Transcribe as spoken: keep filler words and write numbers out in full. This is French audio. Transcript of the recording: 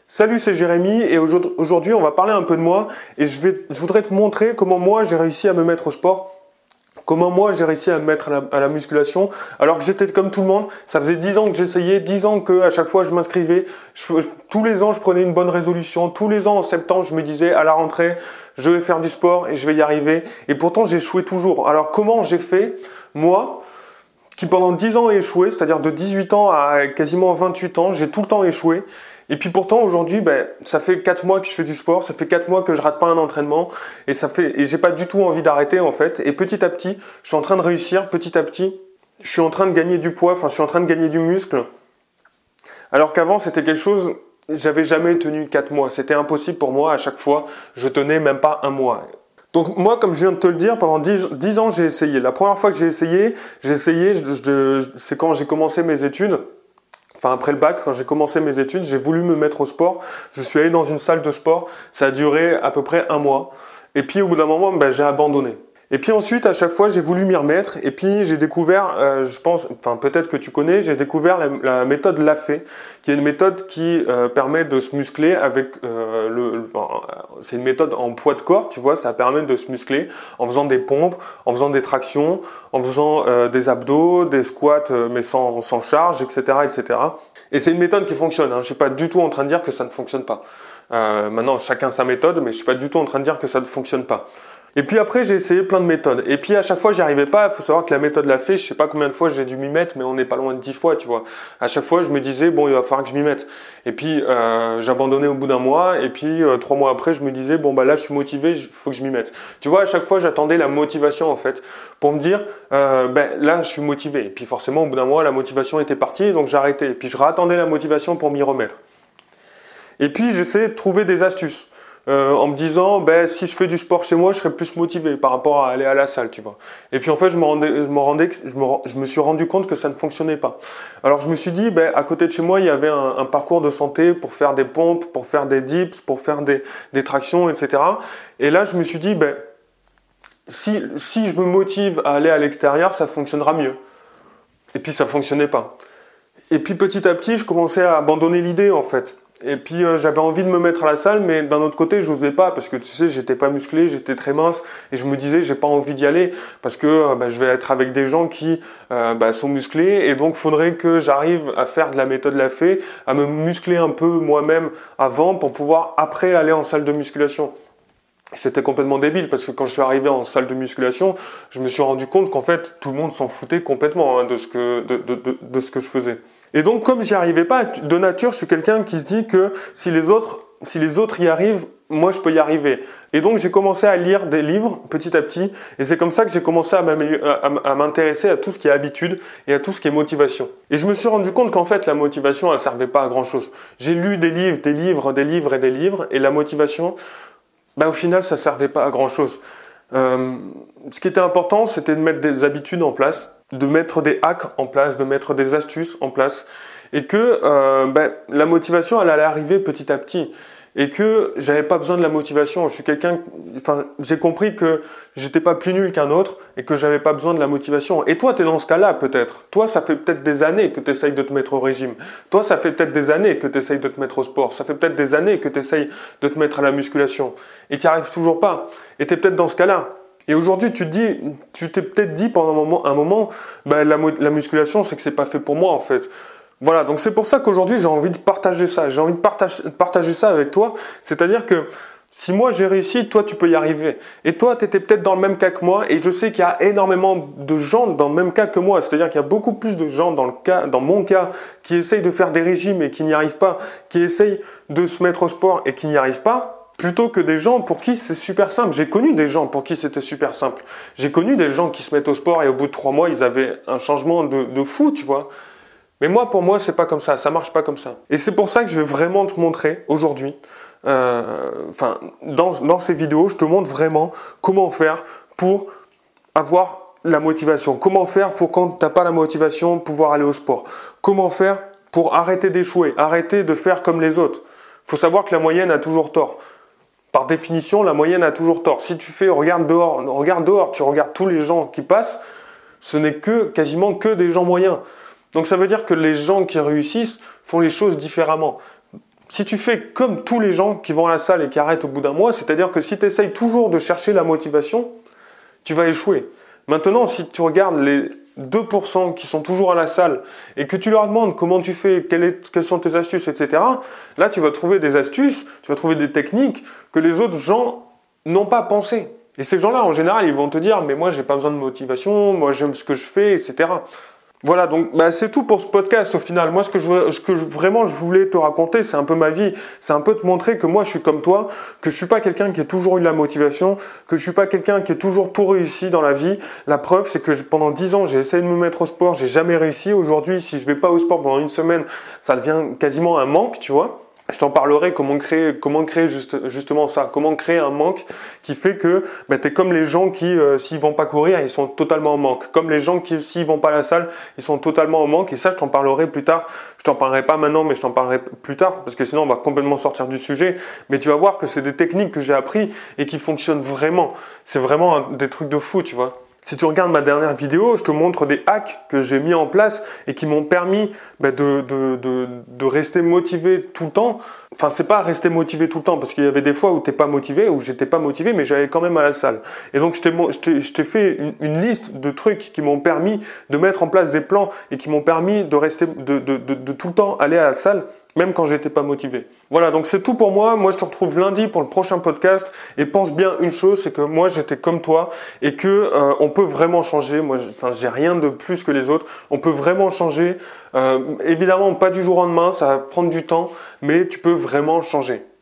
Salut, c'est Jérémy et aujourd'hui on va parler un peu de moi et je, vais, je voudrais te montrer comment moi j'ai réussi à me mettre au sport, comment moi j'ai réussi à me mettre à la, à la musculation alors que j'étais comme tout le monde. Ça faisait dix ans que j'essayais, dix ans que à chaque fois je m'inscrivais, je, je, tous les ans je prenais une bonne résolution, tous les ans en septembre je me disais à la rentrée je vais faire du sport et je vais y arriver et pourtant j'échouais toujours. Alors comment j'ai fait moi qui pendant dix ans ai échoué, c'est-à-dire de dix-huit ans à quasiment vingt-huit ans, j'ai tout le temps échoué. Et puis pourtant aujourd'hui, ben, ça fait quatre mois que je fais du sport, ça fait quatre mois que je rate pas un entraînement et ça fait et j'ai pas du tout envie d'arrêter en fait. Et petit à petit, je suis en train de réussir, petit à petit, je suis en train de gagner du poids, enfin je suis en train de gagner du muscle. Alors qu'avant c'était quelque chose, j'avais jamais tenu quatre mois, c'était impossible pour moi. À chaque fois, je tenais même pas un mois. Donc moi, comme je viens de te le dire, pendant dix ans j'ai essayé. La première fois que j'ai essayé, j'ai essayé, je, je, c'est quand j'ai commencé mes études. Enfin, après le bac, quand j'ai commencé mes études, j'ai voulu me mettre au sport. Je suis allé dans une salle de sport. Ça a duré à peu près un mois. Et puis, au bout d'un moment, ben, j'ai abandonné. Et puis ensuite, à chaque fois, j'ai voulu m'y remettre. Et puis, j'ai découvert, euh, je pense, enfin peut-être que tu connais, j'ai découvert la, la méthode Lafay, qui est une méthode qui euh, permet de se muscler avec euh, le. le enfin, c'est une méthode en poids de corps, tu vois, ça permet de se muscler en faisant des pompes, en faisant des tractions, en faisant euh, des abdos, des squats, euh, mais sans, sans charge, et cetera, et cetera. Et c'est une méthode qui fonctionne. Hein. Je suis pas du tout en train de dire que ça ne fonctionne pas. Euh, maintenant, chacun sa méthode, mais je suis pas du tout en train de dire que ça ne fonctionne pas. Et puis après, j'ai essayé plein de méthodes. Et puis à chaque fois, j'y arrivais pas. Il faut savoir que la méthode Lafay, je sais pas combien de fois j'ai dû m'y mettre, mais on n'est pas loin de dix fois, tu vois. À chaque fois, je me disais, bon, il va falloir que je m'y mette. Et puis, euh, j'abandonnais au bout d'un mois. Et puis, euh, trois mois après, je me disais, bon, bah là, je suis motivé, il faut que je m'y mette. Tu vois, à chaque fois, j'attendais la motivation, en fait, pour me dire, euh, ben là, je suis motivé. Et puis forcément, au bout d'un mois, la motivation était partie, donc j'arrêtais. Et puis, je réattendais la motivation pour m'y remettre. Et puis, j'essayais de trouver des astuces. Euh, en me disant, ben, si je fais du sport chez moi, je serais plus motivé par rapport à aller à la salle, tu vois. Et puis en fait, je me, rendais, je, me rendais, je, me, je me suis rendu compte que ça ne fonctionnait pas. Alors je me suis dit, ben, à côté de chez moi, il y avait un, un parcours de santé pour faire des pompes, pour faire des dips, pour faire des, des tractions, et cetera. Et là, je me suis dit, ben, si, si je me motive à aller à l'extérieur, ça fonctionnera mieux. Et puis ça ne fonctionnait pas. Et puis petit à petit, je commençais à abandonner l'idée en fait. Et puis euh, j'avais envie de me mettre à la salle, mais d'un autre côté, je n'osais pas parce que tu sais, j'étais pas musclé, j'étais très mince et je me disais, j'ai pas envie d'y aller parce que euh, bah, je vais être avec des gens qui euh, bah, sont musclés et donc faudrait que j'arrive à faire de la méthode Lafay, à me muscler un peu moi-même avant pour pouvoir après aller en salle de musculation. C'était complètement débile parce que quand je suis arrivé en salle de musculation, je me suis rendu compte qu'en fait tout le monde s'en foutait complètement hein, de ce que de, de, de, de ce que je faisais. Et donc comme j'y arrivais pas de nature, je suis quelqu'un qui se dit que si les autres si les autres y arrivent, moi je peux y arriver. Et donc j'ai commencé à lire des livres petit à petit et c'est comme ça que j'ai commencé à, à, à m'intéresser à tout ce qui est habitude et à tout ce qui est motivation. Et je me suis rendu compte qu'en fait la motivation elle servait pas à grand chose. J'ai lu des livres, des livres, des livres et des livres et la motivation ben, au final, ça ne servait pas à grand-chose. Euh, ce qui était important, c'était de mettre des habitudes en place, de mettre des hacks en place, de mettre des astuces en place, et que euh, ben, la motivation, elle allait arriver petit à petit. Et que j'avais pas besoin de la motivation. Je suis quelqu'un, enfin, j'ai compris que j'étais pas plus nul qu'un autre et que j'avais pas besoin de la motivation. Et toi, tu es dans ce cas-là peut-être. Toi, ça fait peut-être des années que tu essayes de te mettre au régime. Toi, ça fait peut-être des années que tu essayes de te mettre au sport. Ça fait peut-être des années que tu essayes de te mettre à la musculation. Et tu n'y arrives toujours pas. Et tu es peut-être dans ce cas-là. Et aujourd'hui, tu te dis, tu t'es peut-être dit pendant un moment, un moment bah, la, la musculation, c'est que c'est pas fait pour moi en fait. Voilà, donc c'est pour ça qu'aujourd'hui j'ai envie de partager ça, j'ai envie de partage, partager ça avec toi, c'est-à-dire que si moi j'ai réussi, toi tu peux y arriver. Et toi tu étais peut-être dans le même cas que moi et je sais qu'il y a énormément de gens dans le même cas que moi, c'est-à-dire qu'il y a beaucoup plus de gens dans, le cas, dans mon cas qui essayent de faire des régimes et qui n'y arrivent pas, qui essayent de se mettre au sport et qui n'y arrivent pas, plutôt que des gens pour qui c'est super simple. J'ai connu des gens pour qui c'était super simple. J'ai connu des gens qui se mettent au sport et au bout de trois mois ils avaient un changement de, de fou, tu vois. Mais moi, pour moi, c'est pas comme ça, ça marche pas comme ça. Et c'est pour ça que je vais vraiment te montrer aujourd'hui, euh, enfin, dans, dans ces vidéos, je te montre vraiment comment faire pour avoir la motivation. Comment faire pour quand t'as pas la motivation, pouvoir aller au sport. Comment faire pour arrêter d'échouer, arrêter de faire comme les autres. Faut savoir que la moyenne a toujours tort. Par définition, la moyenne a toujours tort. Si tu fais, regarde dehors, regarde dehors, tu regardes tous les gens qui passent, ce n'est que, quasiment que des gens moyens. Donc ça veut dire que les gens qui réussissent font les choses différemment. Si tu fais comme tous les gens qui vont à la salle et qui arrêtent au bout d'un mois, c'est-à-dire que si tu essayes toujours de chercher la motivation, tu vas échouer. Maintenant, si tu regardes les deux pour cent qui sont toujours à la salle et que tu leur demandes comment tu fais, quelles, est, quelles sont tes astuces, et cetera, là, tu vas trouver des astuces, tu vas trouver des techniques que les autres gens n'ont pas pensé. Et ces gens-là, en général, ils vont te dire « mais moi, j'ai pas besoin de motivation, moi, j'aime ce que je fais, et cetera » Voilà, donc bah, c'est tout pour ce podcast au final. Moi, ce que, je, ce que je, vraiment je voulais te raconter, c'est un peu ma vie. C'est un peu te montrer que moi, je suis comme toi, que je suis pas quelqu'un qui a toujours eu la motivation, que je suis pas quelqu'un qui a toujours tout réussi dans la vie. La preuve, c'est que je, pendant dix ans, j'ai essayé de me mettre au sport, j'ai jamais réussi. Aujourd'hui, si je vais pas au sport pendant une semaine, ça devient quasiment un manque, tu vois. Je t'en parlerai comment créer, comment créer juste, justement ça, comment créer un manque qui fait que bah, tu es comme les gens qui, euh, s'ils vont pas courir, ils sont totalement en manque. Comme les gens qui, s'ils vont pas à la salle, ils sont totalement en manque. Et ça, je t'en parlerai plus tard. Je t'en parlerai pas maintenant, mais je t'en parlerai plus tard parce que sinon, on va complètement sortir du sujet. Mais tu vas voir que c'est des techniques que j'ai appris et qui fonctionnent vraiment. C'est vraiment un, des trucs de fou, tu vois. Si tu regardes ma dernière vidéo, je te montre des hacks que j'ai mis en place et qui m'ont permis bah, de, de, de, de rester motivé tout le temps. Enfin, c'est pas rester motivé tout le temps parce qu'il y avait des fois où t'es pas motivé, où j'étais pas motivé, mais j'allais quand même à la salle. Et donc, je t'ai, je t'ai, je t'ai fait une, une liste de trucs qui m'ont permis de mettre en place des plans et qui m'ont permis de rester, de, de, de, de tout le temps aller à la salle, même quand j'étais pas motivé. Voilà, donc c'est tout pour moi. Moi, je te retrouve lundi pour le prochain podcast. Et pense bien une chose, c'est que moi, j'étais comme toi et que euh, on peut vraiment changer. Moi, enfin, j'ai rien de plus que les autres. On peut vraiment changer. Euh, évidemment, pas du jour au lendemain, ça va prendre du temps, mais tu peux vraiment changer.